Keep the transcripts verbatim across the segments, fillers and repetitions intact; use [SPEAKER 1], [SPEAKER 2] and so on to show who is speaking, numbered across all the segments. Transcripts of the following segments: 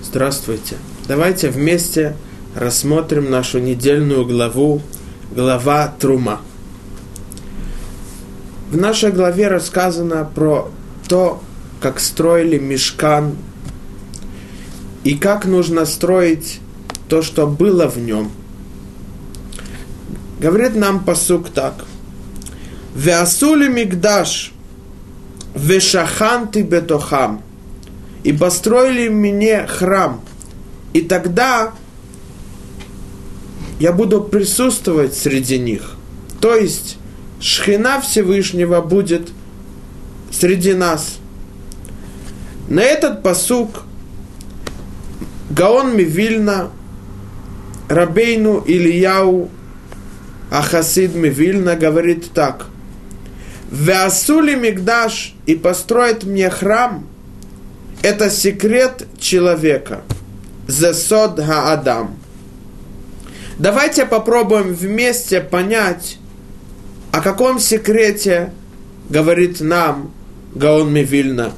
[SPEAKER 1] Здравствуйте. Давайте вместе рассмотрим нашу недельную главу, глава Трума. В нашей главе рассказано про то, как строили мишкан и как нужно строить то, что было в нем. Говорит нам пасук так. «Веасули мигдаш, вешаханти бетохам». И построили мне храм, и тогда я буду присутствовать среди них. То есть Шхина Всевышнего будет среди нас. На этот пасук Гаон Мивильна, Рабейну Ильяу Ахасид Мивильна говорит так. «Веасули мигдаш, и построит мне храм». Это секрет человека. Зесод ха-адам. Давайте попробуем вместе понять, о каком секрете говорит нам Гаон Мивильна.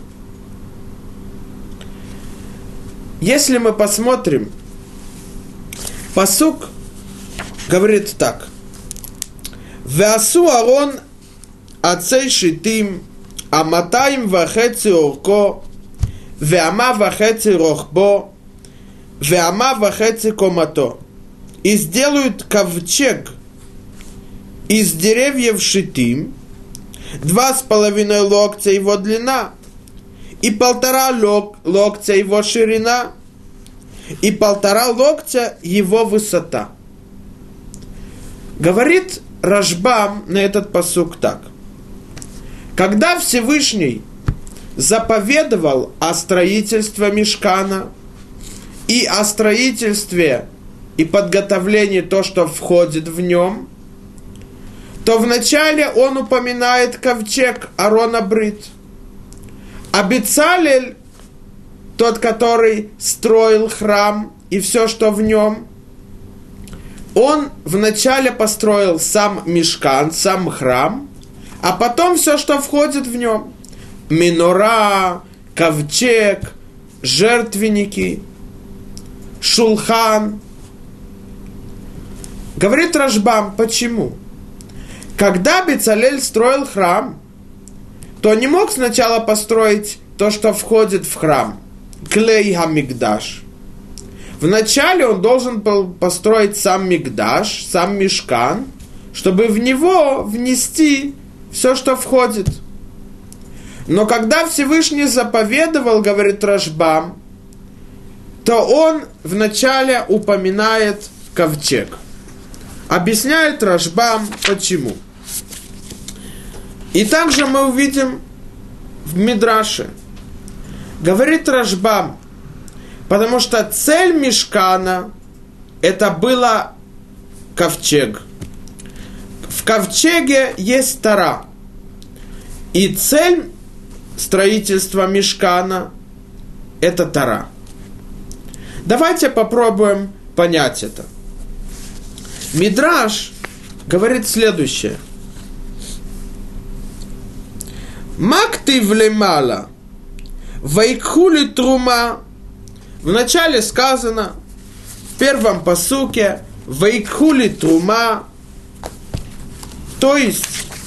[SPEAKER 1] Если мы посмотрим, пасук говорит так. «Веасу арон ацей шитим, аматаим вахеци орко, Веама вахеци рохбо, веама вахеци комато. И сделают ковчег из деревьев шитим, два с половиной локтя его длина, и полтора лок, локтя его ширина, и полтора локтя его высота». Говорит Рашбам на этот пасук так. Когда Всевышний заповедовал о строительстве мишкана и о строительстве и подготовлении то, что входит в нем, то вначале он упоминает ковчег Арона Брит. А Бецалель, тот, который строил храм и все, что в нем, он вначале построил сам мишкан, сам храм, а потом все, что входит в нем. Минора, ковчег, жертвенники, шулхан. Говорит Рашбам, почему? Когда Бецалель строил храм, то не мог сначала построить то, что входит в храм, клей хамикдаш. Вначале он должен был построить сам микдаш, сам мишкан, чтобы в него внести все, что входит. Но когда Всевышний заповедовал, говорит Рашбам, то он вначале упоминает ковчег. Объясняет Рашбам, почему. И также мы увидим в Мидраше. Говорит Рашбам, потому что цель мишкана это было ковчег. В ковчеге есть Тора. И цель строительства мишкана – это Тора. Давайте попробуем понять это. Мидраш говорит следующее. Мактив лемала, вайкхули трума. Вначале сказано, в первом пасуке, вайкхули трума, то есть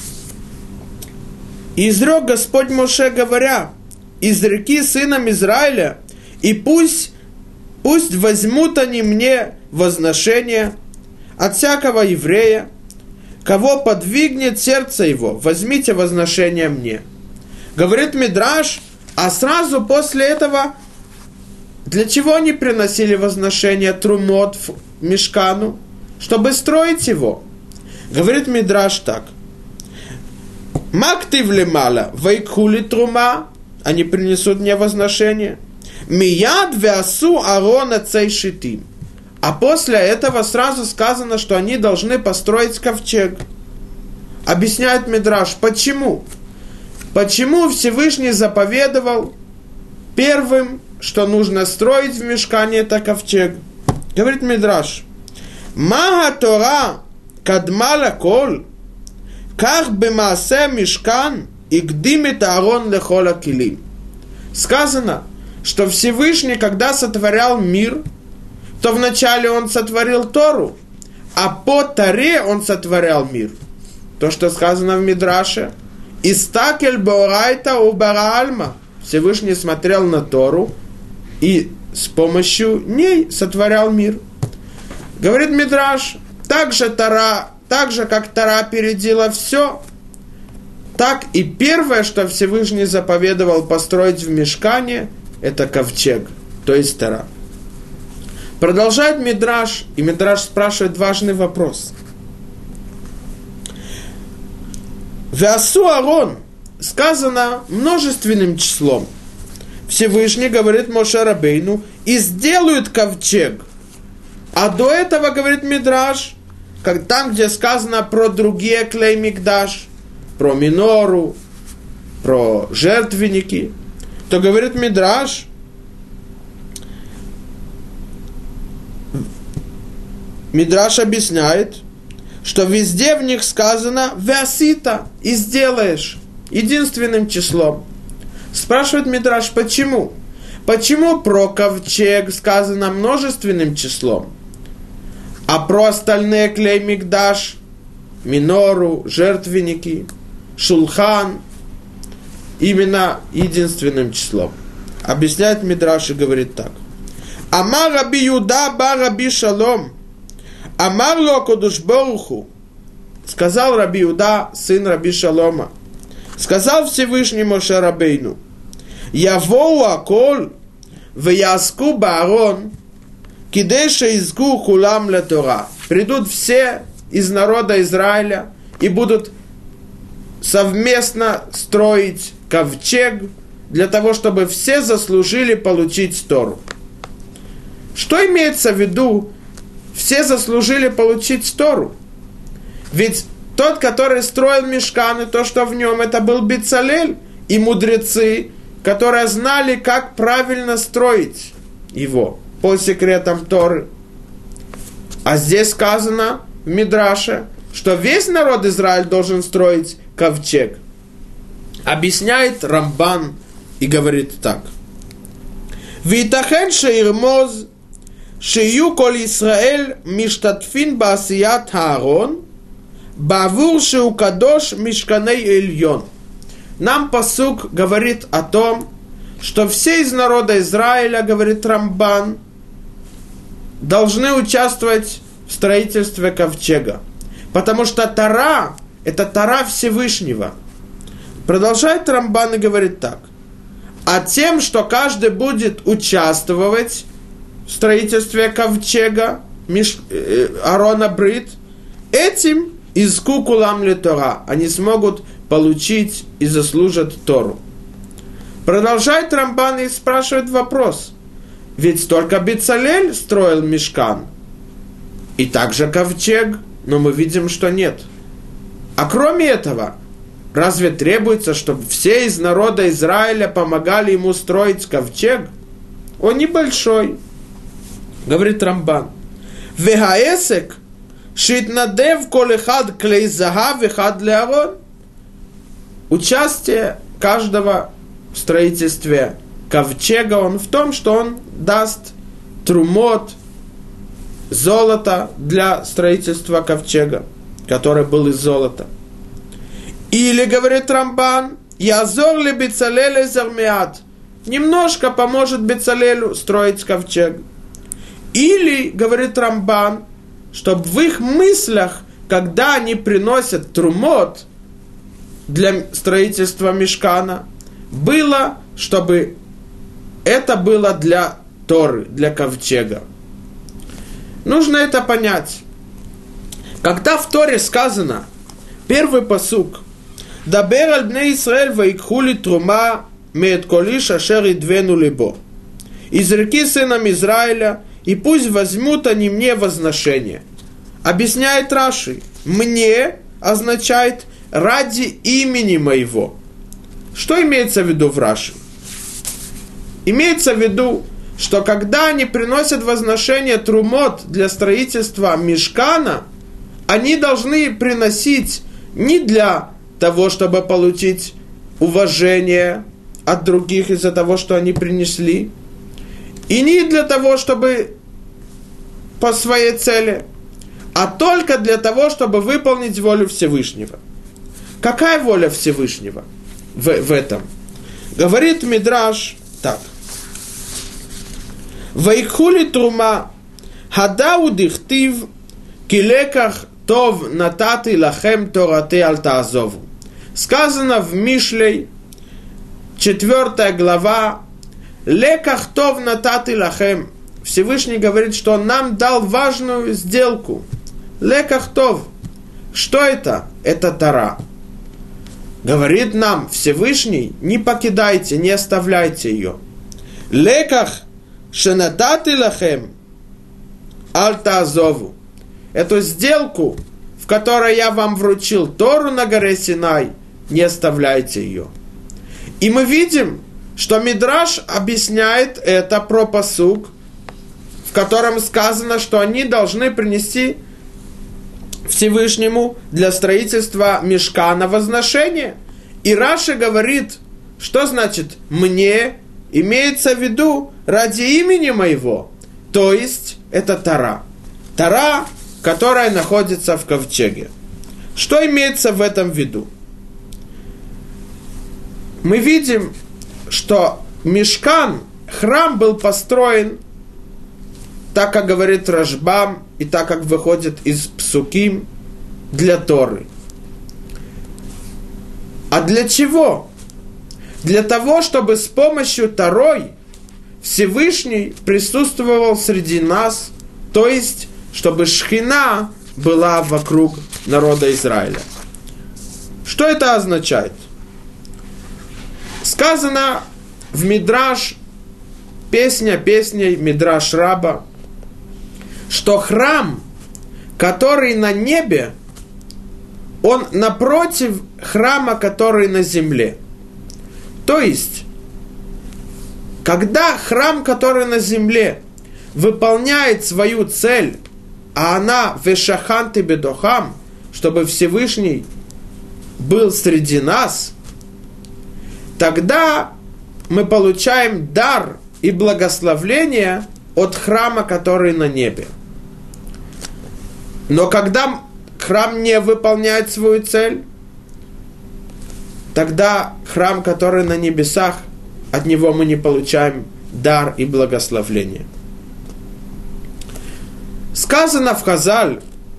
[SPEAKER 1] изрек Господь Моше, говоря, изреки сынам Израиля, и пусть, пусть возьмут они мне возношение от всякого еврея, кого подвигнет сердце его, возьмите возношение мне. Говорит Мидраш, а сразу после этого, для чего они приносили возношение трумот в мишкану? Чтобы строить его. Говорит Мидраш так. Мактив лемала, вайкхули трума, они принесут мне возношение. Мияд веасу арона цей шитим. А после этого сразу сказано, что они должны построить ковчег. Объясняет Мидраш, почему? Почему Всевышний заповедовал первым, что нужно строить в мишкане, это ковчег? Говорит Мидраш. Мага Тора кадмала кол. Как бемаасе мишкан игдим эт Аарон лехол акилим. Сказано, что Всевышний, когда сотворял мир, то вначале он сотворил Тору, а по Торе он сотворял мир. То, что сказано в Мидраше. «Истакель боорайта убара альма». Всевышний смотрел на Тору и с помощью ней сотворял мир. Говорит Мидраш, так же, Тора, так же как Тора опередила все, так и первое, что Всевышний заповедовал построить в Мишкане, это ковчег, то есть Тора. Продолжает Мидраш, и Мидраш спрашивает важный вопрос. «Веасу Арон» сказано множественным числом. Всевышний говорит Моше Рабейну, и сделают ковчег. А до этого, говорит Мидраш, как там, где сказано про другие клей микдаш, про минору, про жертвенники, то говорит Мидраш, Мидраш объясняет, что везде в них сказано «вясита» и сделаешь единственным числом. Спрашивает Мидраш, почему? Почему про ковчег сказано множественным числом, а про остальные клей микдаш, минору, жертвенники, шулхан именно единственным числом? Объясняет Мидраш и говорит так. Амар Раби Юда ба Раби Шалом, Амар ло Кодуш Боруху, сказал Раби Юда, сын Раби Шалома, сказал Всевышний Моше Рабейну, Явоу акол вяску баарон кидей шеизку хулам ле Тора. Придут все из народа Израиля и будут совместно строить ковчег для того, чтобы все заслужили получить Тору. Что имеется в виду? Все заслужили получить Тору. Ведь тот, который строил Мишкан, и то, что в нем, это был Бецалель и мудрецы, которые знали, как правильно строить его по секретам Торы. А здесь сказано в Мидраше, что весь народ Израиль должен строить ковчег. Объясняет Рамбан и говорит так. «Витахен шеирмоз шею кол Исраэль миштатфин баасият Аарон бавур шеу кадош мишканей эльон». Нам пасук говорит о том, что все из народа Израиля, говорит Рамбан, должны участвовать в строительстве ковчега. Потому что Тора – это Тора Всевышнего. Продолжает Рамбан и говорит так. А тем, что каждый будет участвовать в строительстве ковчега Миш... Арона Брит, этим из кукулам ле Тора они смогут получить и заслужат Тору. Продолжает Рамбан и спрашивает вопрос. Ведь только Бецалель строил Мишкан. И также ковчег, но мы видим, что нет. А кроме этого, разве требуется, чтобы все из народа Израиля помогали ему строить ковчег? Он небольшой. Говорит Рамбан. Вегаэсек шитнадев колехад клей загав вехад леарон. Участие каждого в строительстве ковчега он в том, что он даст трумот, золото для строительства ковчега, который был из золота. Или, говорит Рамбан, Язор ли Бецалеле зармиат, немножко поможет Бецалелю строить ковчег. Или, говорит Рамбан, чтобы в их мыслях, когда они приносят трумот для строительства Мишкана, было, чтобы это было для Торы, для ковчега. Нужно это понять. Когда в Торе сказано, первый пасук, «Дабер аль бней Исраэль ваикхули трума меет колиш ашер идвену либо». «Изреки сынам Израиля, и пусть возьмут они мне возношение». Объясняет Раши, «мне» означает «ради имени моего». Что имеется в виду в Раши? Имеется в виду, что когда они приносят возношение трумот для строительства Мишкана, они должны приносить не для того, чтобы получить уважение от других из-за того, что они принесли, и не для того, чтобы по своей цели, а только для того, чтобы выполнить волю Всевышнего. Какая воля Всевышнего в, в этом? Говорит Мидраш так. Вайхули трума хадау дихтив килеках тов натати лахем торате аль таазову. Сказано в Мишлей, четвертая глава, леках тов натати лахем. Всевышний говорит, что он нам дал важную сделку. Леках тов. Что это? Это Тора. Говорит нам Всевышний, не покидайте, не оставляйте ее. Леках шенатати лахем аль таазову. Эту сделку, в которой я вам вручил Тору на горе Синай, не оставляйте ее. И мы видим, что Мидраш объясняет это про пасук, в котором сказано, что они должны принести Всевышнему для строительства мишкана возношение. И Раши говорит, что значит «мне», имеется в виду ради имени моего, то есть это Тора. Тора, которая находится в ковчеге. Что имеется в этом в виду? Мы видим, что мишкан, храм был построен, так как говорит Рашбам, и так как выходит из Псуким, для Торы. А для чего? Для того, чтобы с помощью Торой Всевышний присутствовал среди нас, то есть, чтобы Шхина была вокруг народа Израиля. Что это означает? Сказано в Мидраш, песня песней Мидраш Раба, что храм, который на небе, он напротив храма, который на земле. То есть, когда храм, который на земле, выполняет свою цель, а она вешаханты бедохам, чтобы Всевышний был среди нас, тогда мы получаем дар и благословление от храма, который на небе. Но когда храм не выполняет свою цель, тогда храм, который на небесах, от него мы не получаем дар и благословление. Сказано в Хазаль,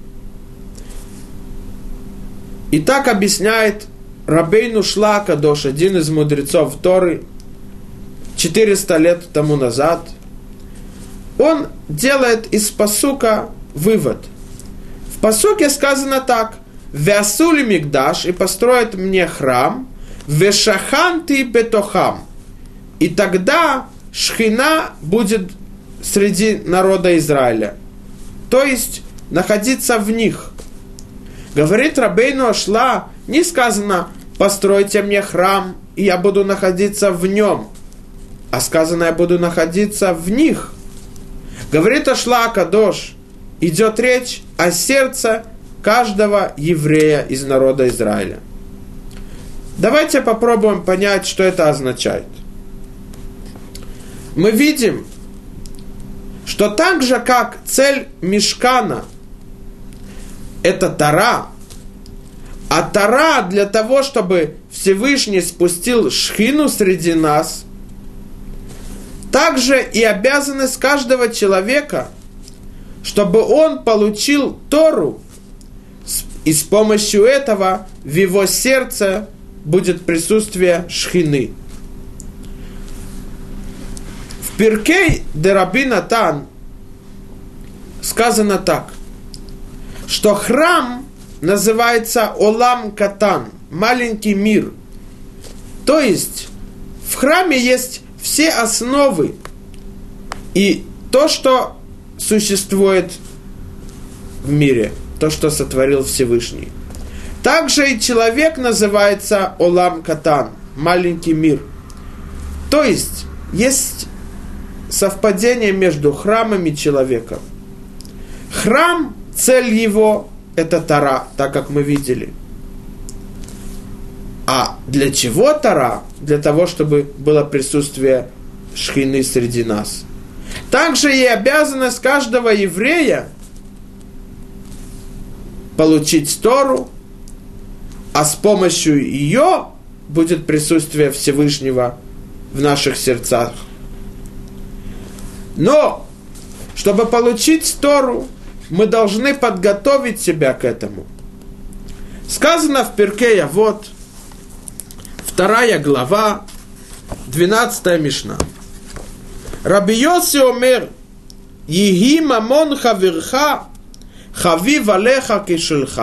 [SPEAKER 1] и так объясняет Рабейну Шло ха-Кадош, один из мудрецов Торы, четыреста лет тому назад, он делает из пасука вывод. В пасуке сказано так: «Вясули мигдаш», и построят мне храм, «Вешаханти бетохам», и тогда Шхина будет среди народа Израиля, то есть находиться в них. Говорит Рабейну Шло, не сказано «постройте мне храм, и я буду находиться в нем», а сказано «я буду находиться в них». Говорит Шло ха-Кадош, идет речь о сердце каждого еврея из народа Израиля. Давайте попробуем понять, что это означает. Мы видим, что так же, как цель мишкана – это Тора, а Тора для того, чтобы Всевышний спустил Шхину среди нас, также и обязанность каждого человека, чтобы он получил Тору, и с помощью этого в его сердце будет присутствие Шхины. В Пиркей де Раби Натан сказано так, что храм называется Олам Катан, маленький мир. То есть в храме есть все основы и то, что существует в мире, то, что сотворил Всевышний. Также и человек называется Олам Катан, маленький мир. То есть есть совпадение между храмом и человеком. Храм, цель его – это Тора, так как мы видели. А для чего Тора? для того, чтобы было присутствие шхины среди нас. Также и обязанность каждого еврея получить Тору, а с помощью ее будет присутствие Всевышнего в наших сердцах. Но, чтобы получить Тору, мы должны подготовить себя к этому. Сказано в Перкей Авот, вторая глава, двенадцатая мишна. Раби Йоси омер, Еги мамон хаверха, חביב עליך כשלך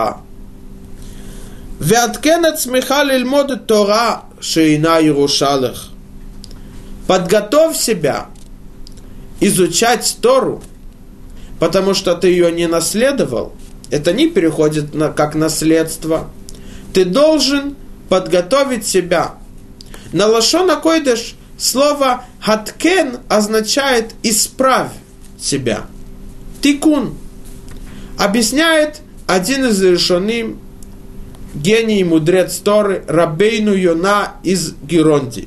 [SPEAKER 1] ועדכן עצמך ללמוד תורה שאינה ירושה לך. Подготовь себя изучать Тору, потому что ты ее не наследовал, это не переходит на, как наследство. Ты должен подготовить себя. На лашон акойдеш слово «хаткен» означает «исправь себя». «Тикун». Объясняет один из решоним, гений и мудрец Торы, Рабейну Йона из Геронди.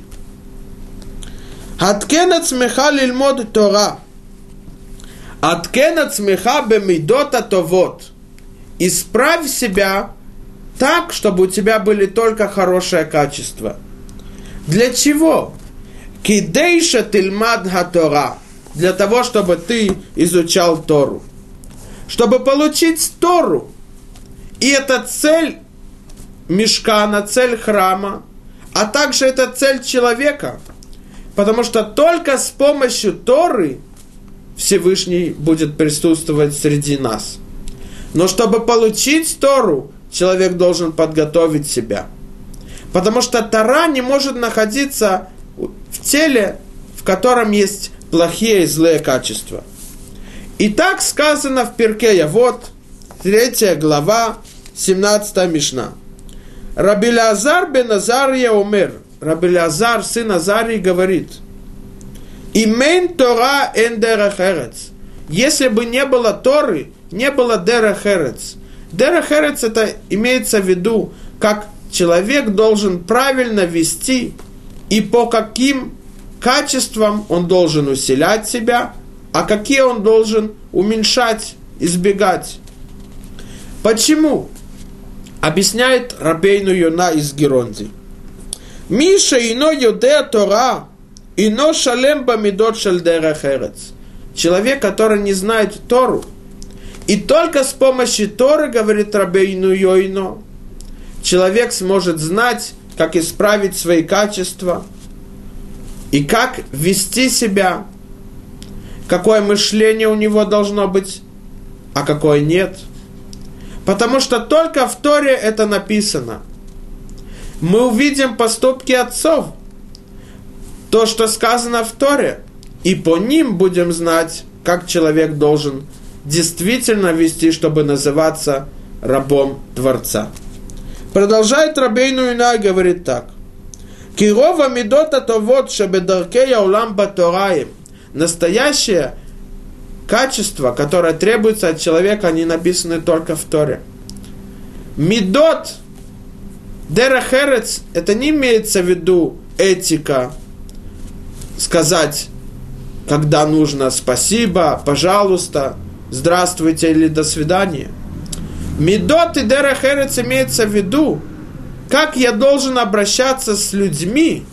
[SPEAKER 1] «Аткен ацмеха лильмод Тора, аткен ацмеха бемидот атовот». Исправь себя так, чтобы у тебя были только хорошие качества. Для чего? Кидейша тильмад ха-Тора. Для того, чтобы ты изучал Тору. Чтобы получить Тору. И это цель мишкана, цель храма, а также это цель человека. Потому что только с помощью Торы Всевышний будет присутствовать среди нас. Но чтобы получить Тору, человек должен подготовить себя. Потому что Тора не может находиться в теле, в котором есть плохие и злые качества. И так сказано в Перкей Авот, третья глава, семнадцатая мишна. Раби Элиазар бен Азария омер, Раби Элиазар, сын Азарии, говорит: «Имен Тора эн дерех эрец». Если бы не было Торы, не было дерех эрец. Дерех эрец, это имеется в виду, как человек должен правильно вести и по каким качествам он должен усилять себя, а какие он должен уменьшать, избегать. Почему? Объясняет Рабейну Йона из Геронди. Миша ино йодеа Тора, ино шалем бамидот шель дерех эрец. Человек, который не знает Тору, и только с помощью Торы, говорит Рабейну Йойно, человек сможет знать, как исправить свои качества и как вести себя, какое мышление у него должно быть, а какое нет. Потому что только в Торе это написано. Мы увидим поступки отцов, то, что сказано в Торе, и по ним будем знать, как человек должен действительно вести, чтобы называться рабом Творца. Продолжает Рабейну Йона, говорит так. «Кирова мидота товот шебедаркея улам батораем». Настоящее качество, которое требуется от человека, они написаны только в Торе. Мидот, дерех эрец, это не имеется в виду этика, сказать, когда нужно спасибо, пожалуйста, здравствуйте или до свидания. Мидот и дерех эрец имеется в виду, как я должен обращаться с людьми,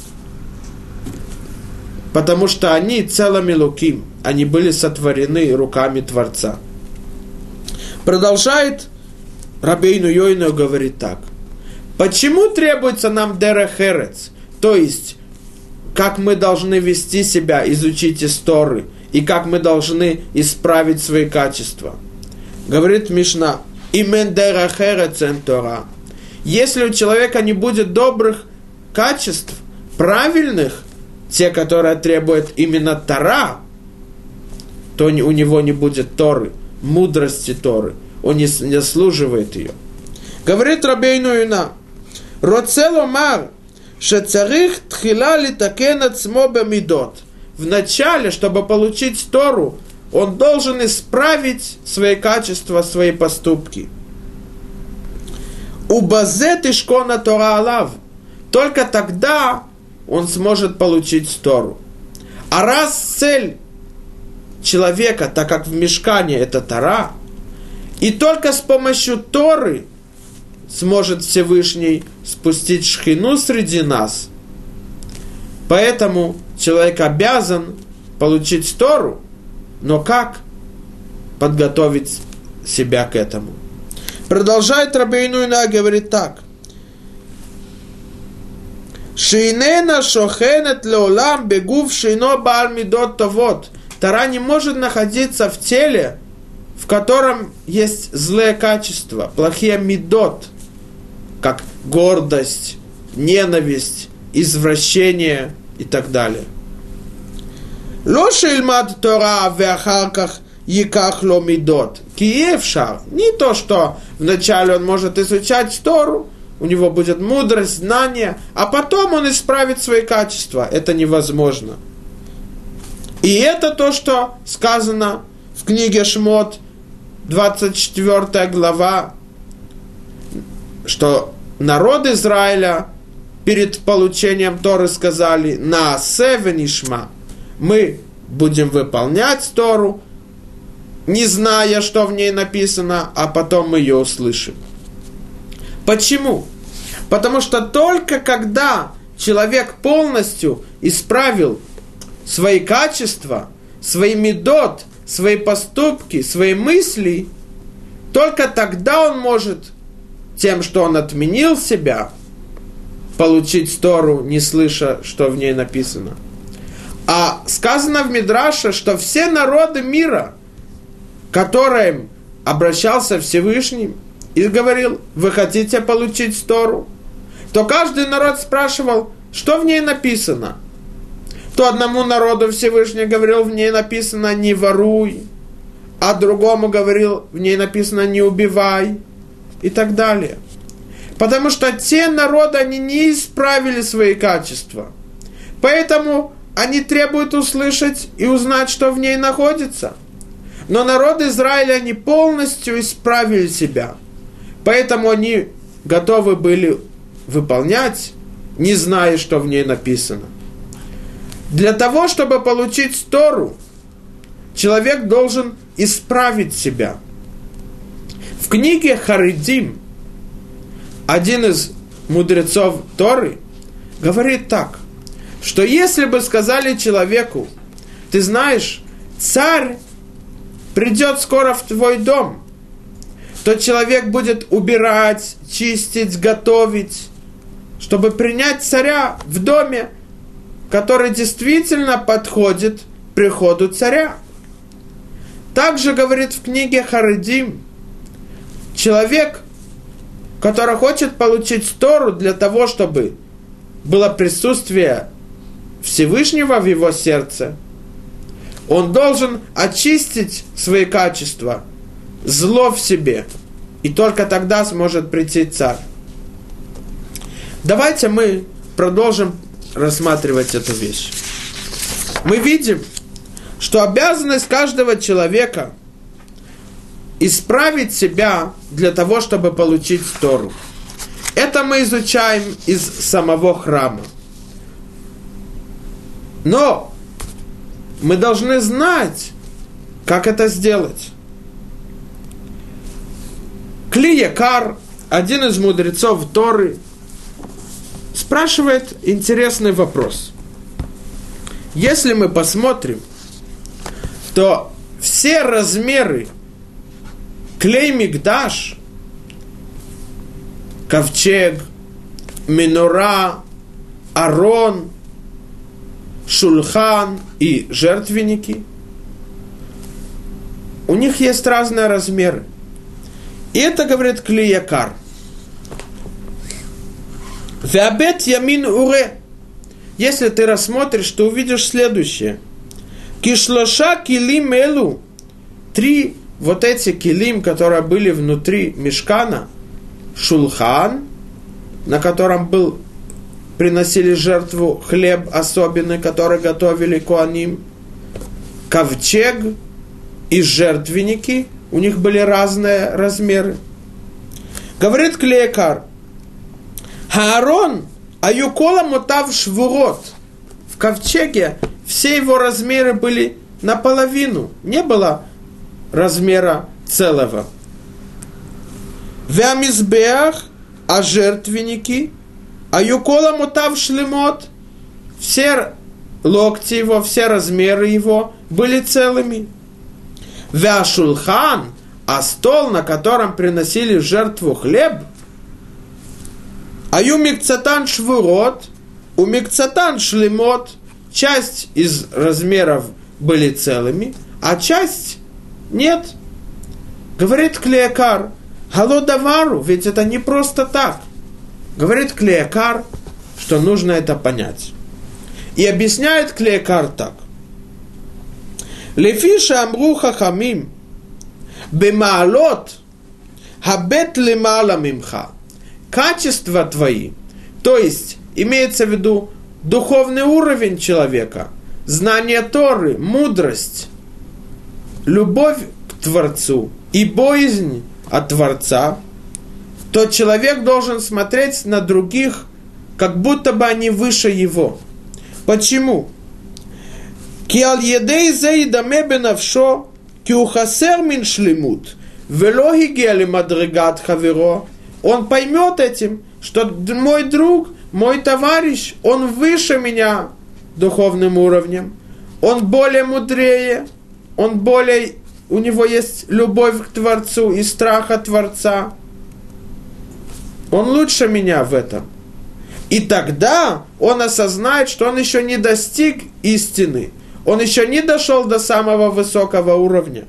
[SPEAKER 1] потому что они целыми луким, они были сотворены руками Творца. Продолжает Рабейну Йойно, говорит так. Почему требуется нам дерех эрец? То есть, как мы должны вести себя, изучить истории, и как мы должны исправить свои качества. Говорит Мишна, имен дерех эрец эн Тора. Если у человека не будет добрых качеств, правильных, те, которые требуют именно Тора, то у него не будет Торы, мудрости Торы. Он не заслуживает ее. Говорит Рабейну Йона, «Роце ломар, шецарих тхила литакен ацмо бамидот». Вначале, чтобы получить Тору, он должен исправить свои качества, свои поступки. «Убазе тишкона Тора алав». Только тогда он сможет получить Тору. А раз цель человека, так как в мишкане это Тора, и только с помощью Торы сможет Всевышний спустить шхину среди нас, поэтому человек обязан получить Тору, но как подготовить себя к этому? Продолжает Рабейну Йона, говорит так. Шейнена шохенет леолам бегув шейно бааль мидот товот. Тора не может находиться в теле, в котором есть злые качества, плохие мидот, как гордость, ненависть, извращение и так далее. Ло шейлмад Тора веахарках яках ло мидот. Киевшар. Не то, что вначале он может изучать Тору, у него будет мудрость, знание, а потом он исправит свои качества. Это невозможно. И это то, что сказано в книге Шмот, двадцать четвёртая глава, что народ Израиля перед получением Торы сказали: «Наасе венишма», мы будем выполнять Тору, не зная, что в ней написано, а потом мы ее услышим. Почему? Потому что только когда человек полностью исправил свои качества, свои мидот, свои поступки, свои мысли, только тогда он может тем, что он отменил себя, получить Тору, не слыша, что в ней написано. А сказано в Мидраше, что все народы мира, к которым обращался Всевышний и говорил: вы хотите получить Тору? То каждый народ спрашивал, что в ней написано. То одному народу Всевышний говорил, в ней написано: не воруй, а другому говорил, в ней написано: не убивай, и так далее. Потому что те народы, они не исправили свои качества. Поэтому они требуют услышать и узнать, что в ней находится. Но народ Израиля, они полностью исправили себя. Поэтому они готовы были выполнять, не зная, что в ней написано. Для того, чтобы получить Тору, человек должен исправить себя. В книге Харидим один из мудрецов Торы говорит так, что если бы сказали человеку: ты знаешь, царь придет скоро в твой дом, то человек будет убирать, чистить, готовить, чтобы принять царя в доме, который действительно подходит к приходу царя. Также говорит в книге Харидим, человек, который хочет получить Тору для того, чтобы было присутствие Всевышнего в его сердце, он должен очистить свои качества, зло в себе, и только тогда сможет прийти царь. Давайте мы продолжим рассматривать эту вещь. Мы видим, что обязанность каждого человека исправить себя для того, чтобы получить Тору. Это мы изучаем из самого храма. Но мы должны знать, как это сделать. Кли Якар, один из мудрецов Торы, спрашивает интересный вопрос. Если мы посмотрим, то все размеры клей микдаш, ковчег, минора, арон, шульхан и жертвенники, у них есть разные размеры. И это говорит Кли Якар. Веабет ямин уре. Если ты рассмотришь, ты увидишь следующее. Кишлоша килим элу. Три вот эти килим, которые были внутри мишкана. Шулхан, на котором был, приносили жертву хлеб особенный, который готовили коаним. Ковчег и жертвенники. У них были разные размеры. Говорит Кли Якар. Аарон А юкола мутав швурот. В ковчеге все его размеры были наполовину. Не было размера целого. Веамизбеах, а жертвенники, а юкола мутав шлемот. Все локти его, все размеры его были целыми. Веашулхан, а стол, на котором приносили в жертву хлеб, аю микцатан швурот, у микцатан шлемот, часть из размеров были целыми, а часть нет. Говорит Клеякар, галодавару, ведь это не просто так. Говорит Клеякар, что нужно это понять. И объясняет Клеякар так. Лефиша амру хахамим бемаалот хабет лемала мимха. Качества твои, то есть имеется в виду духовный уровень человека, знание Торы, мудрость, любовь к Творцу и боязнь от Творца, то человек должен смотреть на других, как будто бы они выше его. Почему? Ки ал едей зе идаме бенавшо, ки ухасер мин шлемут, вело гигия лемадригат хаверо. Он поймет этим, что мой друг, мой товарищ, он выше меня духовным уровнем, он более мудрее, он более, у него есть любовь к Творцу и страх от Творца. Он лучше меня в этом. И тогда он осознает, что он еще не достиг истины, он еще не дошел до самого высокого уровня.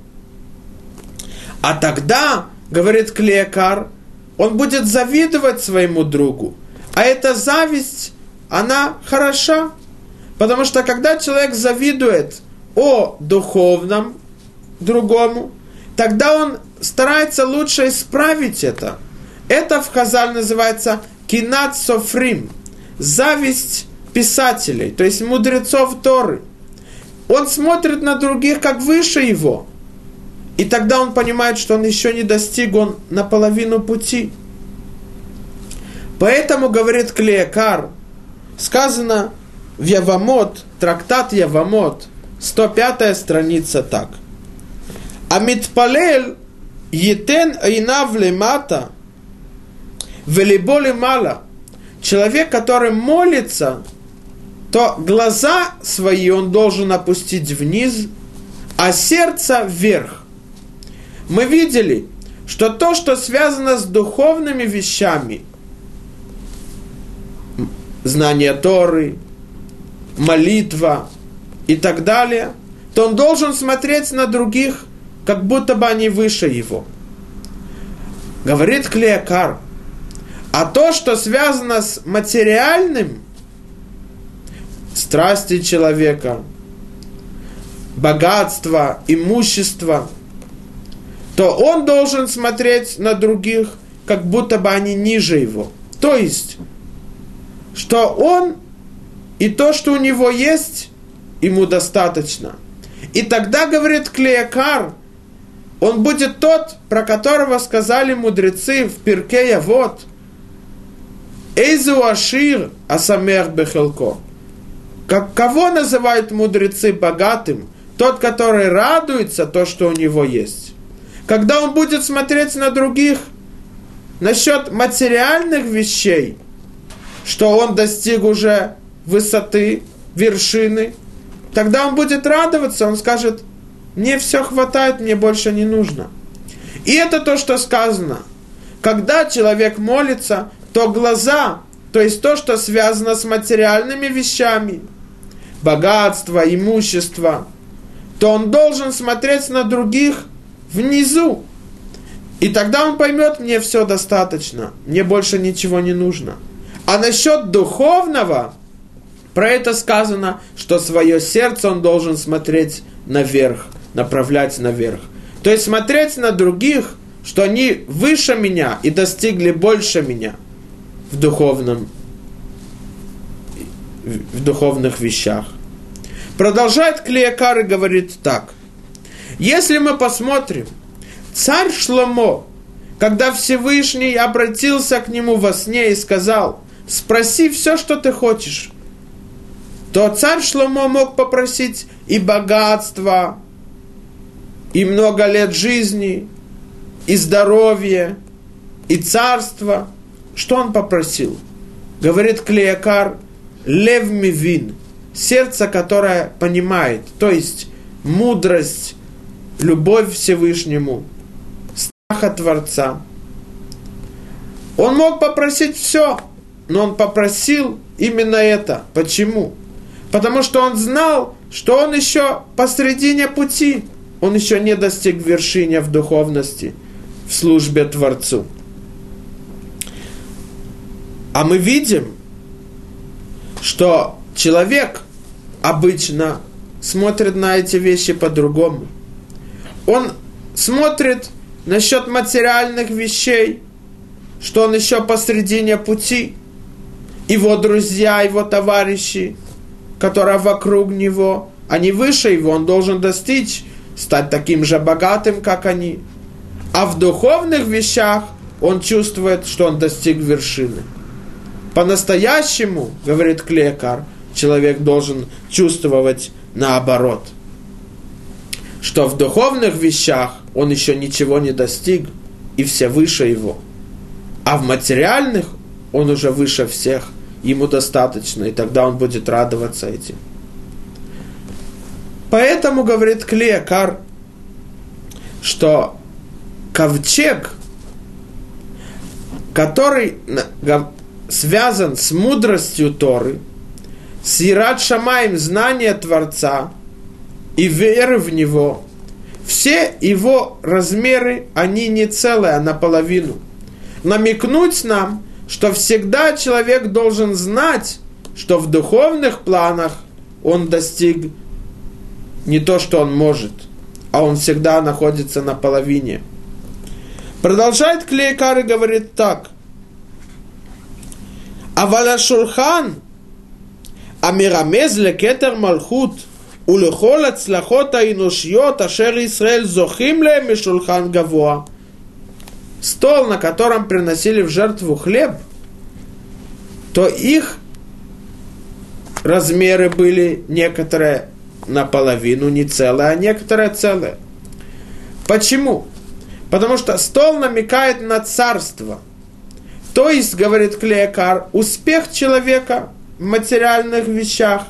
[SPEAKER 1] А тогда, говорит Клеякар, он будет завидовать своему другу. А эта зависть, она хороша. Потому что когда человек завидует о духовном другому, тогда он старается лучше исправить это. Это в Хазаль называется кинат софрим, зависть писателей, то есть мудрецов Торы. Он смотрит на других как выше его. И тогда он понимает, что он еще не достиг, он наполовину пути. Поэтому, говорит Клеякар, сказано в Явамот, трактат Явамот, сто пятая страница так. Амитпалель етен айнав лемата велибо лемала. Человек, который молится, то глаза свои он должен опустить вниз, а сердце вверх. Мы видели, что то, что связано с духовными вещами, знание Торы, молитва и так далее, то он должен смотреть на других, как будто бы они выше его. Говорит Клеякар, а то, что связано с материальным, страсти человека, богатство, имущество, то он должен смотреть на других, как будто бы они ниже его. То есть, что он и то, что у него есть, ему достаточно. И тогда, говорит Клеякар, он будет тот, про которого сказали мудрецы в Пиркей Авот, «Эйзу ашир асамех бехелко». Как, кого называют мудрецы богатым? Тот, который радуется то, что у него есть. Когда он будет смотреть на других насчет материальных вещей, что он достиг уже высоты, вершины, тогда он будет радоваться, он скажет, мне все хватает, мне больше не нужно. И это то, что сказано. Когда человек молится, то глаза, то есть то, что связано с материальными вещами, богатство, имущество, то он должен смотреть на других внизу. И тогда он поймет, мне все достаточно, мне больше ничего не нужно. А насчет духовного, про это сказано, что свое сердце он должен смотреть наверх, направлять наверх. То есть смотреть на других, что они выше меня и достигли больше меня в духовном, в духовных вещах. Продолжает Клеякар и говорит так. Если мы посмотрим, царь Шломо, когда Всевышний обратился к нему во сне и сказал, спроси все, что ты хочешь. То царь Шломо мог попросить и богатство, и много лет жизни, и здоровье, и царство. Что он попросил? Говорит Клеякар, лев мивин, сердце, которое понимает, то есть мудрость, любовь к Всевышнему, страх от Творца. Он мог попросить все, но он попросил именно это. Почему? Потому что он знал, что он еще посредине пути, он еще не достиг вершины в духовности, в службе Творцу. А мы видим, что человек обычно смотрит на эти вещи по-другому. Он смотрит насчет материальных вещей, что он еще посредине пути. Его друзья, его товарищи, которые вокруг него, они выше его, он должен достичь, стать таким же богатым, как они. А в духовных вещах он чувствует, что он достиг вершины. По-настоящему, говорит Клеякар, человек должен чувствовать наоборот, что в духовных вещах он еще ничего не достиг, и все выше его. А в материальных он уже выше всех, ему достаточно, и тогда он будет радоваться этим. Поэтому, говорит Клеякар, что ковчег, который связан с мудростью Торы, с Ират Шамаим, знание Творца и веры в Него, все его размеры, они не целые, а наполовину. Намекнуть нам, что всегда человек должен знать, что в духовных планах он достиг не то, что он может, а он всегда находится на половине. Продолжает Клеякар и говорит так. אבל השולחן המרמז לכתר מלכות ולכל הצלחות האנושיות אשר ישראל זוכים להם משולחן גבוה. Стол, на котором приносили в жертву хлеб, то их размеры были некоторые наполовину не целые, а некоторые целые. Почему? Потому что стол намекает на царство. То есть, говорит Клеякар, успех человека в материальных вещах.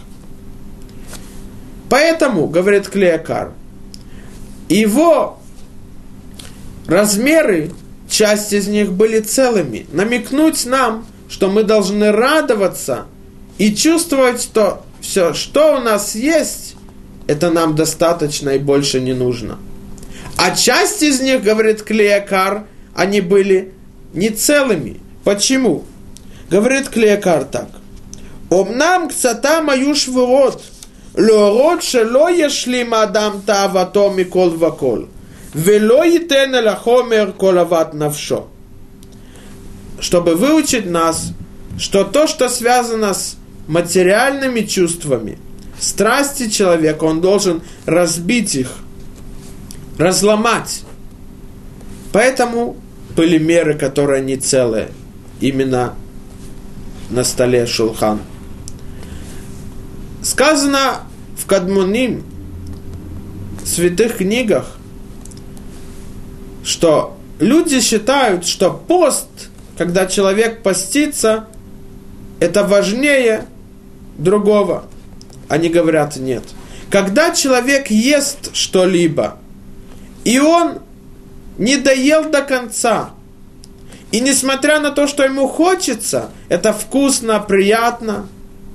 [SPEAKER 1] Поэтому, говорит Клеякар, его размеры, часть из них были целыми. Намекнуть нам, что мы должны радоваться и чувствовать, что все, что у нас есть, это нам достаточно и больше не нужно. А часть из них, говорит Клеякар, они были не целыми. Почему? Говорит Клеякар так. Омнам кцатам аю швурот, леорот шело ешлим адам таавато микол вакол, вело йитен эль ахомер кол ават навшо. Чтобы выучить нас, что то, что связано с материальными чувствами, страсти человека, он должен разбить их, разломать. Поэтому были меры, которые не целые, именно на столе шулхан. Сказано в Кадмоним, в святых книгах, что люди считают, что пост, когда человек постится, это важнее другого. Они говорят, нет. Когда человек ест что-либо, и он не доел до конца, и несмотря на то, что ему хочется, это вкусно, приятно,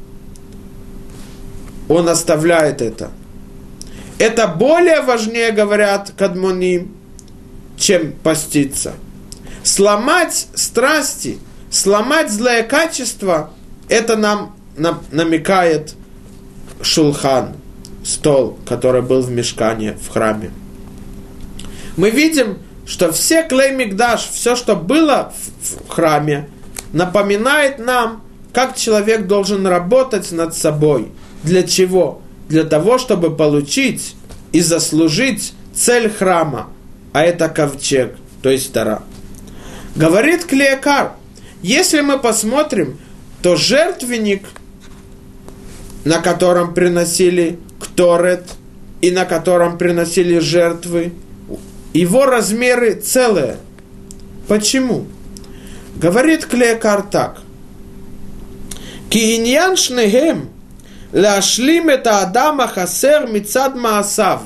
[SPEAKER 1] он оставляет это. Это более важнее, говорят Кадмоним, чем поститься. Сломать страсти, сломать злое качество, это нам намекает шулхан, стол, который был в мишкане, в храме. Мы видим, что все клей микдаш, все, что было в храме, напоминает нам, как человек должен работать над собой. Для чего? Для того, чтобы получить и заслужить цель храма, а это ковчег, то есть Тора. Говорит Клеякар, если мы посмотрим то жертвенник, на котором приносили кторет и на котором приносили жертвы, его размеры целые. Почему? Говорит Клеякар так. Ки иньян шнегем лашлим это адама хасер мицад маасав.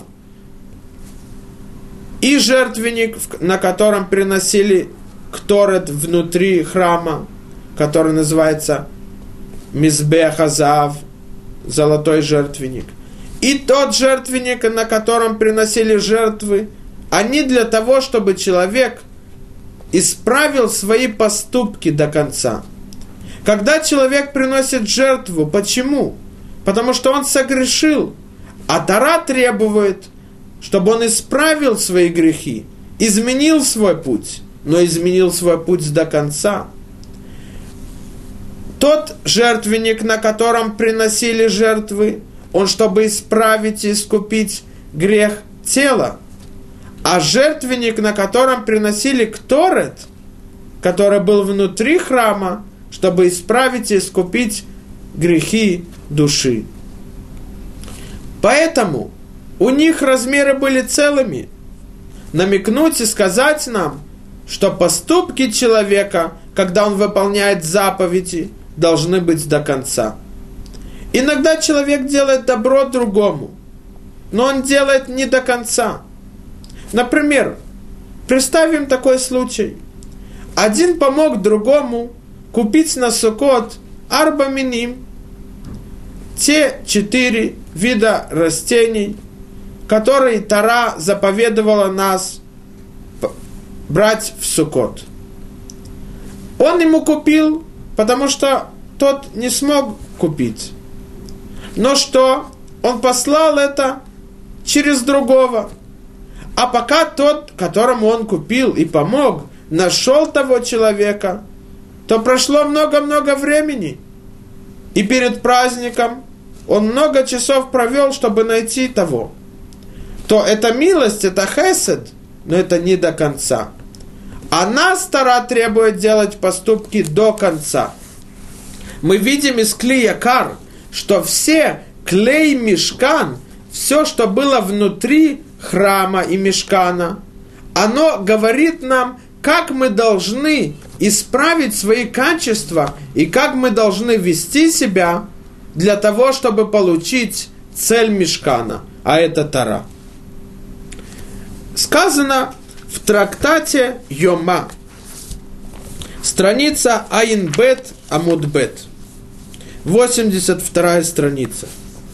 [SPEAKER 1] И жертвенник, на котором приносили кторет внутри храма, который называется мизбех азав, золотой жертвенник, и тот жертвенник, на котором приносили жертвы, они для того, чтобы человек исправил свои поступки до конца. Когда человек приносит жертву, почему? Потому что он согрешил, а Тора требует, чтобы он исправил свои грехи, изменил свой путь, но изменил свой путь до конца. Тот жертвенник, на котором приносили жертвы, он чтобы исправить и искупить грех тела. А жертвенник, на котором приносили кторет, который был внутри храма, чтобы исправить и искупить грехи души. Поэтому у них размеры были целыми. Намекнуть и сказать нам, что поступки человека, когда он выполняет заповеди, должны быть до конца. Иногда человек делает добро другому, но он делает не до конца. Например, представим такой случай. Один помог другому купить на Суккот арба миним, те четыре вида растений, которые Тора заповедовала нас брать в Суккот. Он ему купил, потому что тот не смог купить. Но что? Он послал это через другого. А пока тот, которому он купил и помог, нашел того человека, то прошло много-много времени. И перед праздником он много часов провел, чтобы найти того. То это милость, это хесед, но это не до конца. А нас Тора требует делать поступки до конца. Мы видим из Клеякар, что все клей мишкан, все, что было внутри храма и мишкана, оно говорит нам, как мы должны исправить свои качества и как мы должны вести себя для того, чтобы получить цель мишкана, а это Тора. Сказано в трактате Йома, страница Айн-бет Амуд-бет, восемьдесят вторая страница.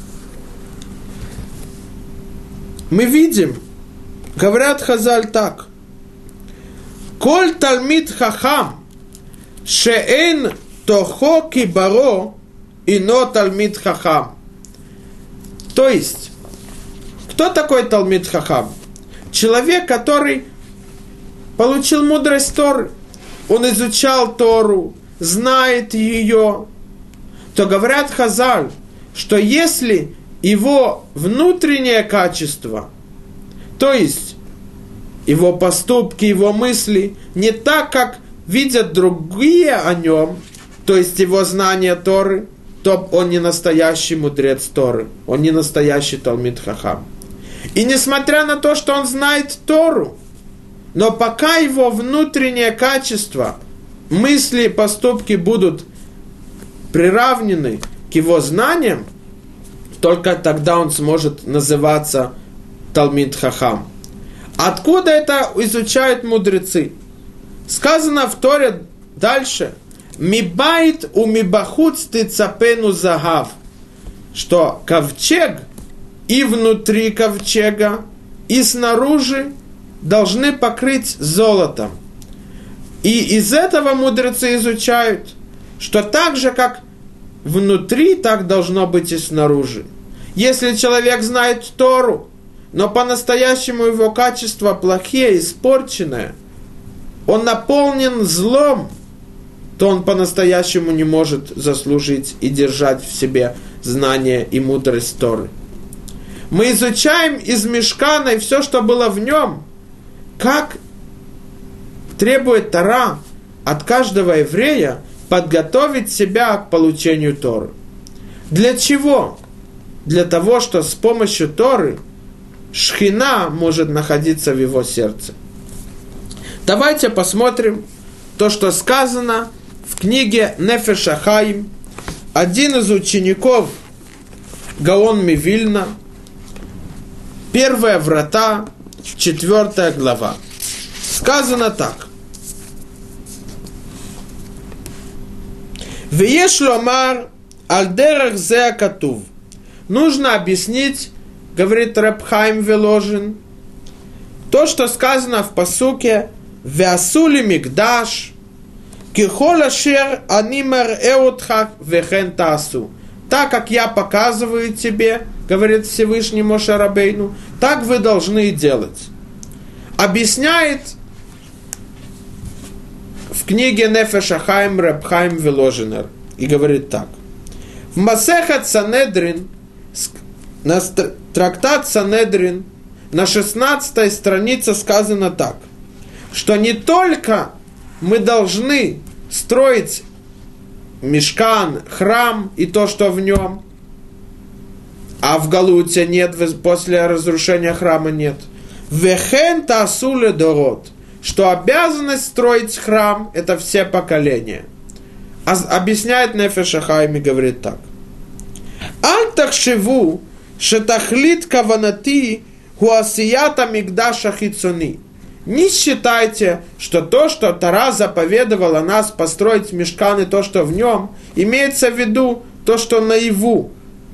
[SPEAKER 1] Мы видим, говорят Хазаль так: «Коль талмид хахам, шеэн тохо кибаро, ино талмид хахам». То есть, кто такой талмид хахам? Человек, который получил мудрость Торы, он изучал Тору, знает ее, то говорят Хазаль, что если его внутреннее качество, то есть его поступки, его мысли, не так, как видят другие о нем, то есть его знание Торы, то он не настоящий мудрец Торы, он не настоящий талмид хахам. И несмотря на то, что он знает Тору, но пока его внутреннее качество, мысли и поступки будут приравнены к его знаниям, только тогда он сможет называться талмид хахам. Откуда это изучают мудрецы? Сказано в Торе дальше: «Мибайт у мибахуц тицапену загав», что ковчег и внутри ковчега, и снаружи должны покрыть золотом. И из этого мудрецы изучают, что так же, как внутри, так должно быть и снаружи. Если человек знает Тору, но по-настоящему его качества плохие, испорченные, он наполнен злом, то он по-настоящему не может заслужить и держать в себе знание и мудрость Торы. Мы изучаем из мишкана и все, что было в нем, как требует Тора от каждого еврея подготовить себя к получению Торы. Для чего? Для того, что с помощью Торы Шхина может находиться в его сердце. Давайте посмотрим то, что сказано в книге Нефеш ха-Хаим. Один из учеников Гаон Мивильна, первые врата, четвертая глава. Сказано так. Вееш ломар аль дерах зе акатув. Нужно объяснить, говорит Реб Хаим Воложин, то, что сказано в пасуке «Веасули мигдаш, кихол ашер ани марэотха вехен таасу». Так как я показываю тебе, говорит Всевышний Моше Рабейну, так вы должны делать. Объясняет в книге Нефеш ха-Хаим Реб Хаим Воложинер и говорит так. В Масехет Санедрин, на трактат Санедрин, на шестнадцатой странице сказано так, что не только мы должны строить мишкан, храм и то, что в нем, а в Галуте нет, после разрушения храма нет. Вехен таасу ледорот, что обязанность строить храм – это все поколения. А объясняет Нефеш ха-Хаим и говорит так. Аль тахшеву шетахлит каванати хуасията мигдаша хицуни. Не считайте, что то, что Тора заповедовала нас построить мишкан и то, что в нем, имеется в виду то, что наяву.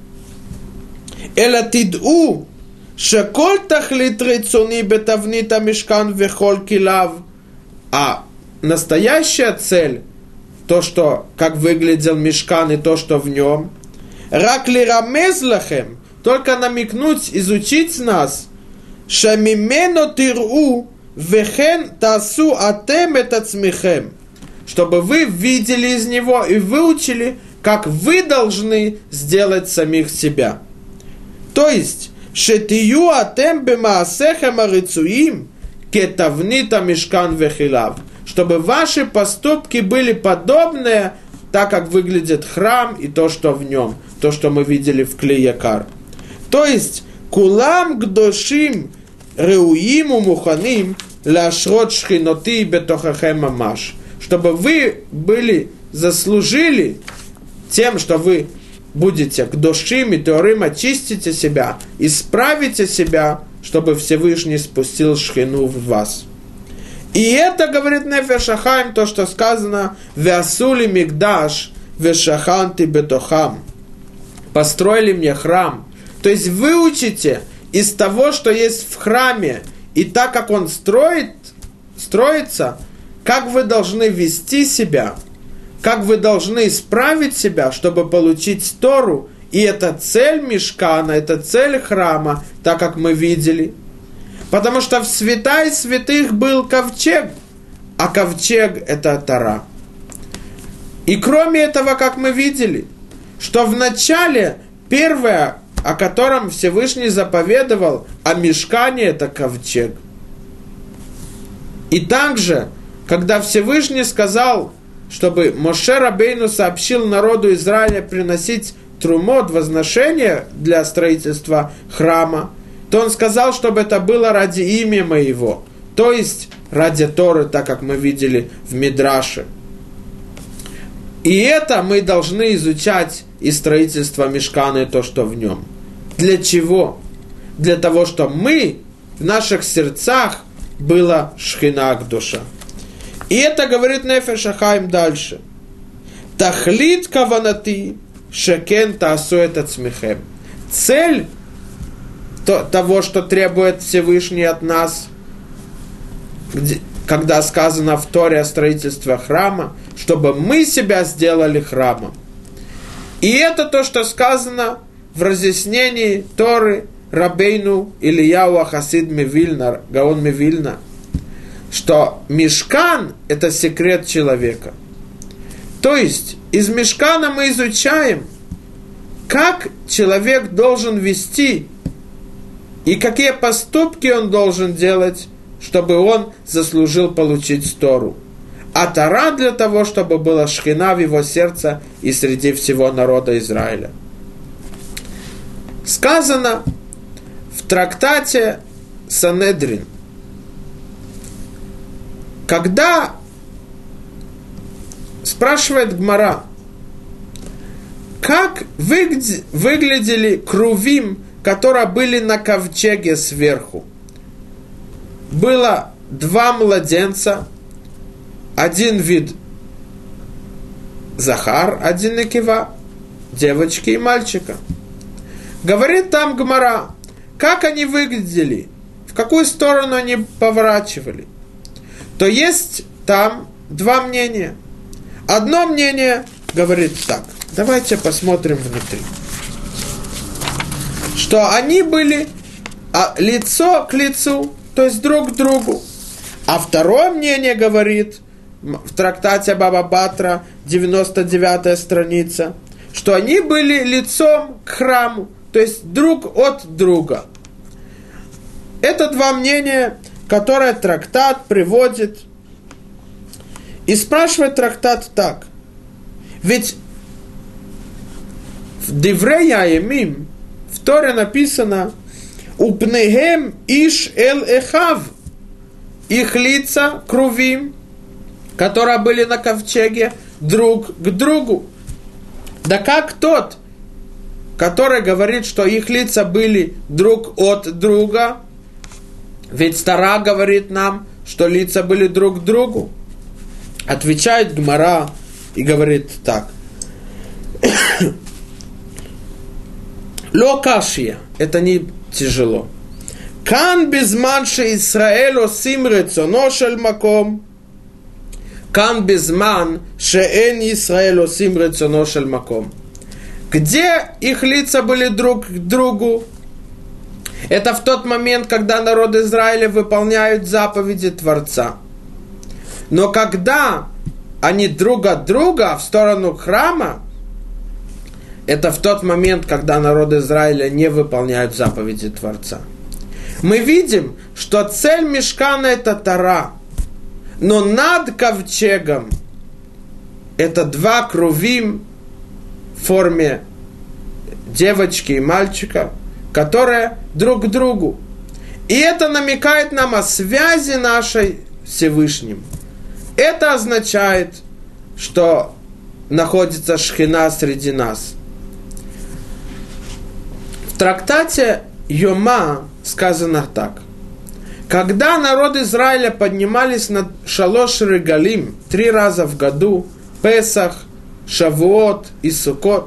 [SPEAKER 1] Эла тиду шеколь тахлит рицуни бетавнита мишкан вехоль килав. А настоящая цель, то, что, как выглядел мишкан и то, что в нем, рак ли рамез лахем, только намекнуть, изучить нас, шамимено тиру вехен тасу атем этацмихем, чтобы вы видели из него и выучили, как вы должны сделать самих себя. То есть, шетию атем бемаасехем арицуим кетавнита мишкан вехилав, чтобы ваши поступки были подобные, так как выглядит храм и то, что в нем, то, что мы видели в Кли Якар. То есть, кулам гдошим реуим умуханим лашрот шхиноти бетохахем мамаш, чтобы вы были, заслужили тем, что вы будете гдошим и теорим, очистите себя, исправите себя, чтобы Всевышний спустил шхину в вас. И это, говорит Нефеш ха-Хаим, то, что сказано «Веасули мигдаш вешаханти бетохам». Построили мне храм. То есть выучите из того, что есть в храме, и так как он строит, строится, как вы должны вести себя, как вы должны исправить себя, чтобы получить Тору. И это цель мишкана, это цель храма, так как мы видели. Потому что в святая святых был ковчег, а ковчег – это Тора. И кроме этого, как мы видели, что в начале первое, о котором Всевышний заповедовал, о мишкане – это ковчег. И также, когда Всевышний сказал, чтобы Моше Рабейну сообщил народу Израиля приносить трумот, возношение для строительства храма, то он сказал, чтобы это было ради имя моего, то есть ради Торы, так как мы видели в Мидраше. И это мы должны изучать из строительства мишкана и то, что в нем. Для чего? Для того, чтобы мы в наших сердцах была шхина душа. И это говорит Нефеш ха-Хаим дальше. Тахлит каванати шекен таасу этацмихем. Цель того, что требует Всевышний от нас, где, когда сказано в Торе о строительстве храма, чтобы мы себя сделали храмом. И это то, что сказано в разъяснении Торы Рабейну Ильяу Хасид Мивильна, Гаон Мивильна, что мишкан – это секрет человека. То есть, из мишкана мы изучаем, как человек должен вести и какие поступки он должен делать, чтобы он заслужил получить Тору. а Тора для того, чтобы была шхина в его сердце и среди всего народа Израиля. Сказано в трактате Санедрин, когда спрашивает Гмара, как выглядели крувим, которые были на ковчеге сверху. Было два младенца, один вид Захар, один Некива, девочки и мальчика. Говорит там Гмара, как они выглядели, в какую сторону они поворачивали. То есть там два мнения. Одно мнение говорит так. Давайте посмотрим внутри. Что они были а, лицо к лицу, то есть друг к другу. А второе мнение говорит в трактате Баба Батра, девяносто девятая страница, что они были лицом к храму, то есть друг от друга. Это два мнения, которые трактат приводит. И спрашивает трактат так. Ведь в Деврей Яемим в Торе написано «Упнегем иш эл эхав» их лица крувим, которые были на ковчеге, друг к другу. Да как тот, который говорит, что их лица были друг от друга, ведь Тора говорит нам, что лица были друг к другу. Отвечает Гмара и говорит так. Ло кашия, это не тяжело. Кан безман ше Исраэль осим рецоно шель маком. Кан безман ше эн Исраэль осим рецоно шель маком. Где их лица были друг к другу? Это в тот момент, когда народ Израиля выполняют заповеди Творца. Но когда они друг от друга в сторону храма, это в тот момент, когда народ Израиля не выполняют заповеди Творца. Мы видим, что цель мишкана – это Тора, но над ковчегом это два крувим в форме девочки и мальчика, которые друг к другу. И это намекает нам о связи нашей с Всевышним. Это означает, что находится шхина среди нас. В трактате Йома сказано так. Когда народ Израиля поднимались над Шалош Регалим три раза в году, Песах, Шавуот и Суккот,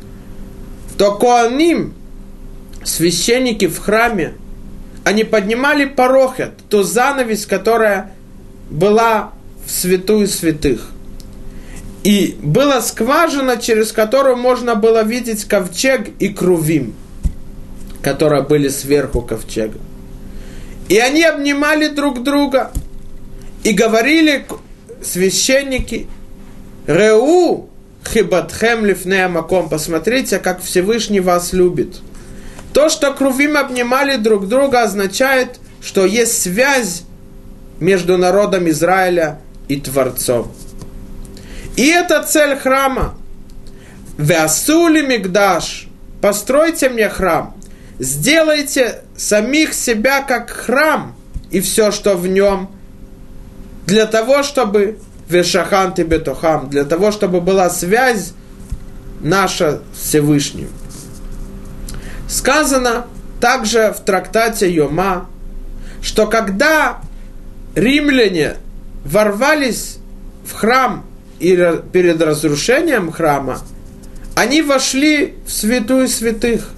[SPEAKER 1] то коаним, священники в храме, они поднимали парохет, ту занавесь, которая была в святую святых. И была скважина, через которую можно было видеть ковчег и крувим, которые были сверху ковчега. И они обнимали друг друга и говорили священники: «Реу хибатхем лифнея маком», посмотрите, как Всевышний вас любит. То, что крувим обнимали друг друга, означает, что есть связь между народом Израиля и Творцом. И это цель храма. «Веасули мигдаш», постройте мне храм, сделайте самих себя как храм и все, что в нем, для того, чтобы вешахан ты бетухам, для того, чтобы была связь наша с Всевышним. Сказано также в трактате Йома, что когда римляне ворвались в храм и перед разрушением храма, они вошли в святую святых,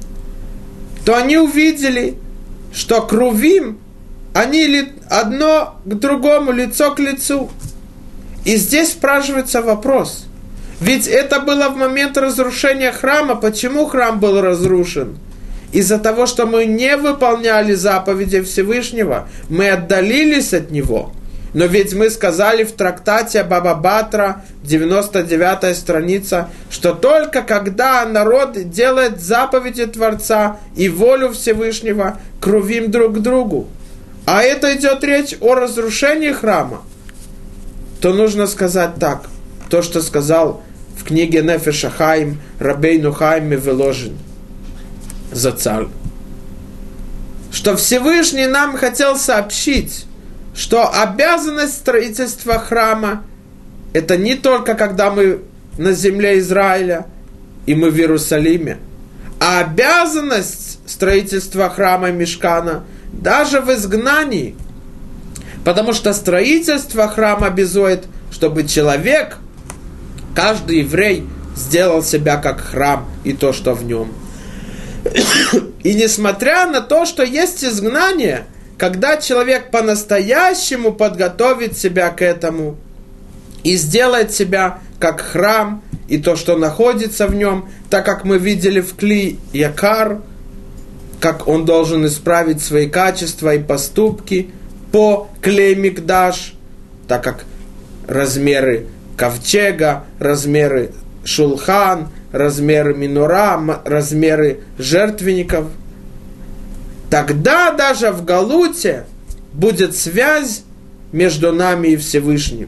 [SPEAKER 1] то они увидели, что крувим, они одно к другому, лицо к лицу. И здесь спрашивается вопрос. Ведь это было в момент разрушения храма. Почему храм был разрушен? Из-за того, что мы не выполняли заповеди Всевышнего. Мы отдалились от Него. Но ведь мы сказали в трактате Баба Батра, девяносто девятая страница, что только когда народ делает заповеди Творца и волю Всевышнего, крувим друг к другу. А это идет речь о разрушении храма. то нужно сказать так. То, что сказал в книге Нефеш ха-Хаим Рабейну Хаим Миволожин Зацаль. Что Всевышний нам хотел сообщить, что обязанность строительства храма – это не только когда мы на земле Израиля и мы в Иерусалиме, а обязанность строительства храма Мишкана даже в изгнании. Потому что строительство храма обязует, чтобы человек, каждый еврей, сделал себя как храм и то, что в нем. И несмотря на то, что есть изгнание, когда человек по-настоящему подготовит себя к этому и сделает себя как храм и то, что находится в нем, так как мы видели в Кли Якар, как он должен исправить свои качества и поступки по Клей Микдаш, так как размеры ковчега, размеры шулхан, размеры минура, размеры жертвенников. Тогда даже в Галуте будет связь между нами и Всевышним.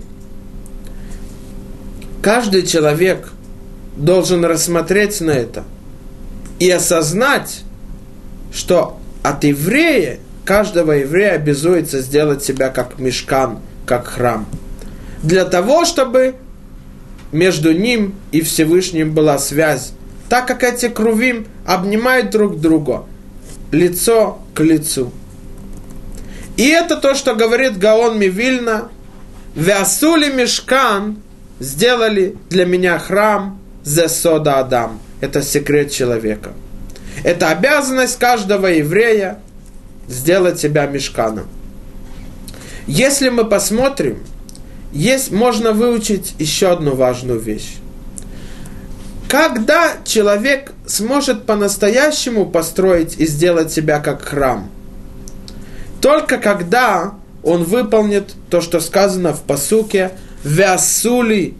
[SPEAKER 1] Каждый человек должен рассмотреть на это и осознать, что от еврея, каждого еврея обязуется сделать себя как мишкан, как храм. Для того, чтобы между ним и Всевышним была связь. Так как эти крувим обнимают друг друга, лицо к лицу. И это то, что говорит Гаон Мивильна. «Веасули мишкан» сделали для меня храм зесода Адам. Это секрет человека. Это обязанность каждого еврея сделать себя мишканом. Если мы посмотрим, есть, можно выучить еще одну важную вещь. Когда человек сможет по-настоящему построить и сделать себя как храм? Только когда он выполнит то, что сказано в пасуке «Веасули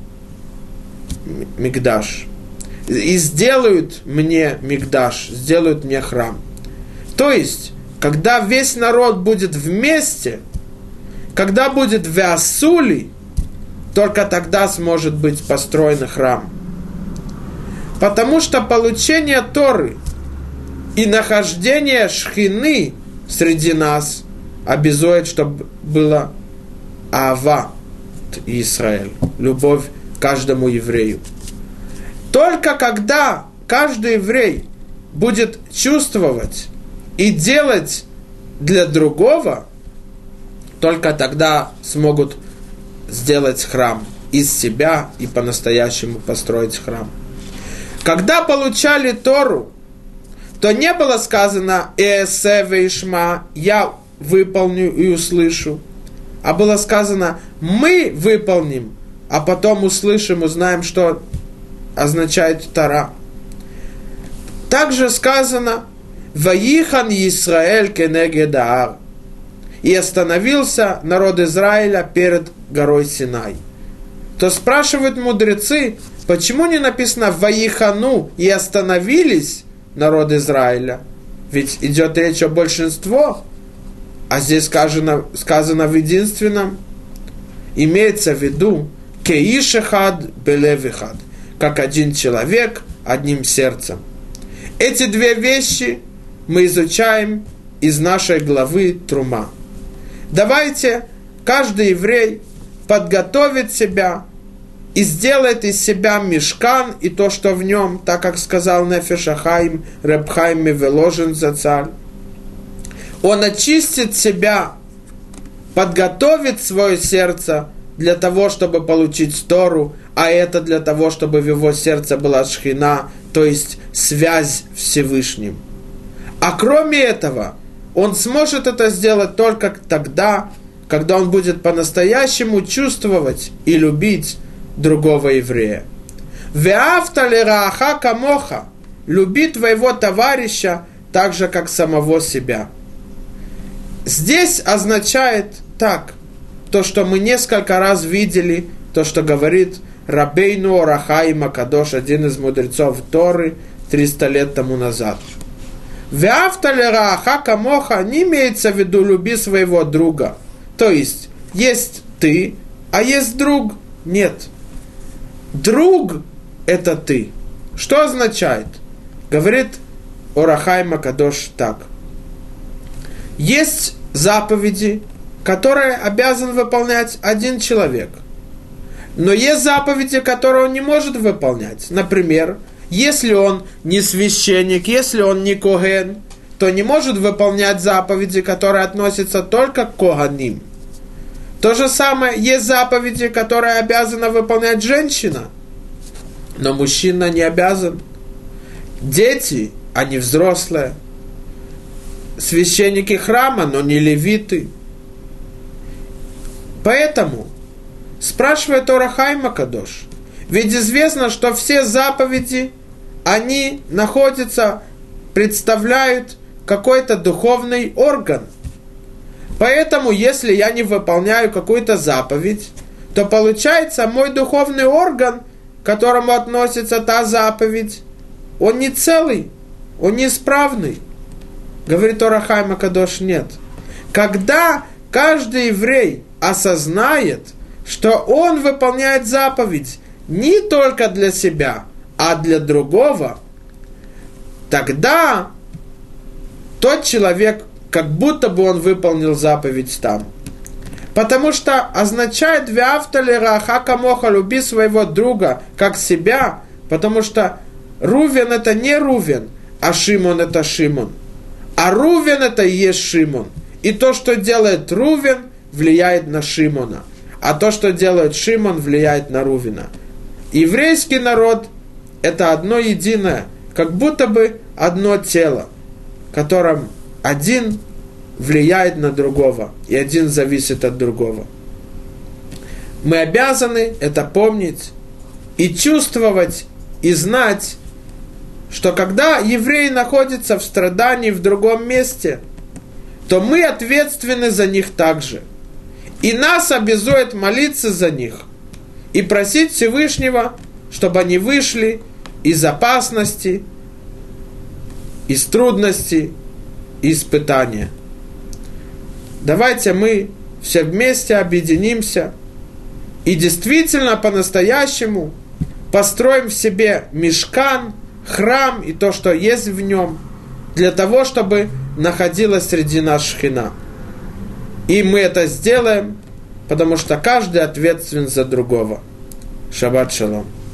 [SPEAKER 1] мигдаш» и сделают мне мигдаш, сделают мне храм. То есть, когда весь народ будет вместе, когда будет веасули, только тогда сможет быть построен храм. Потому что получение Торы и нахождение шхины среди нас обязует, чтобы было ава Израиль, любовь к каждому еврею. Только когда каждый еврей будет чувствовать и делать для другого, только тогда смогут сделать храм из себя и по-настоящему построить храм. Когда получали Тору, то не было сказано «Ээсе вейшма» «Я выполню и услышу», а было сказано «Мы выполним, а потом услышим, узнаем, что означает Тора». Также сказано «Ваихан Йисраэль кенегед аар» и остановился народ Израиля перед горой Синай. То спрашивают мудрецы, почему не написано «Ваихану» и остановились народ Израиля? Ведь идет речь о большинстве, а здесь сказано, сказано в единственном. Имеется в виду «Кеишехад белевихад», как один человек, одним сердцем. Эти две вещи мы изучаем из нашей главы Трума. Давайте каждый еврей подготовит себя и сделает из себя мишкан и то, что в нем, так как сказал Нефеш ха-Хаим Реб Хаим Миволожин Зацаль. Он очистит себя, подготовит свое сердце для того, чтобы получить Тору, а это для того, чтобы в его сердце была шхина, то есть связь с Всевышним. А кроме этого, он сможет это сделать только тогда, когда он будет по-настоящему чувствовать и любить другого еврея. «Веавта лерааха камоха» – «Люби твоего товарища так же, как самого себя». Здесь означает так, то, что мы несколько раз видели, то, что говорит Рабейну Ор ха-Хаим ха-Кадош, один из мудрецов Торы, триста лет тому назад. «Веавта лерааха камоха» не имеется в виду «люби своего друга». То есть, есть ты, а есть друг. Нет. Друг – это ты. Что означает? Говорит Ор ха-Хаим ха-Кадош так. Есть заповеди, которые обязан выполнять один человек. Но есть заповеди, которые он не может выполнять. Например, если он не священник, если он не коген, то не может выполнять заповеди, которые относятся только к коганим. То же самое, есть заповеди, которые обязана выполнять женщина, но мужчина не обязан. Дети, они взрослые. Священники храма, но не левиты. Поэтому спрашивает Ор ха-Хаим ха-Кадош, ведь известно, что все заповеди, они находятся, представляют какой-то духовный орган. Поэтому, если я не выполняю какую-то заповедь, то получается, мой духовный орган, к которому относится та заповедь, он не целый, он неисправный. Говорит Ор ха-Хаим ха-Кадош, нет. Когда каждый еврей осознает, что он выполняет заповедь не только для себя, а для другого, тогда тот человек, как будто бы он выполнил заповедь там. Потому что означает «Веавта лираха камоха» – люби своего друга как себя, потому что Рувен – это не Рувен, а Шимон – это Шимон. А Рувен – это и есть Шимон. И то, что делает Рувен, влияет на Шимона. А то, что делает Шимон, влияет на Рувена. Еврейский народ – это одно единое, как будто бы одно тело, в котором один влияет на другого, и один зависит от другого. Мы обязаны это помнить и чувствовать, и знать, что когда евреи находятся в страдании в другом месте, то мы ответственны за них также. И нас обязует молиться за них и просить Всевышнего, чтобы они вышли из опасности, из трудностей и испытания. Давайте мы все вместе объединимся и действительно по-настоящему построим в себе мишкан, храм и то, что есть в нем, для того, чтобы находилась среди нас шхина. И мы это сделаем, потому что каждый ответственен за другого. Шаббат шалом.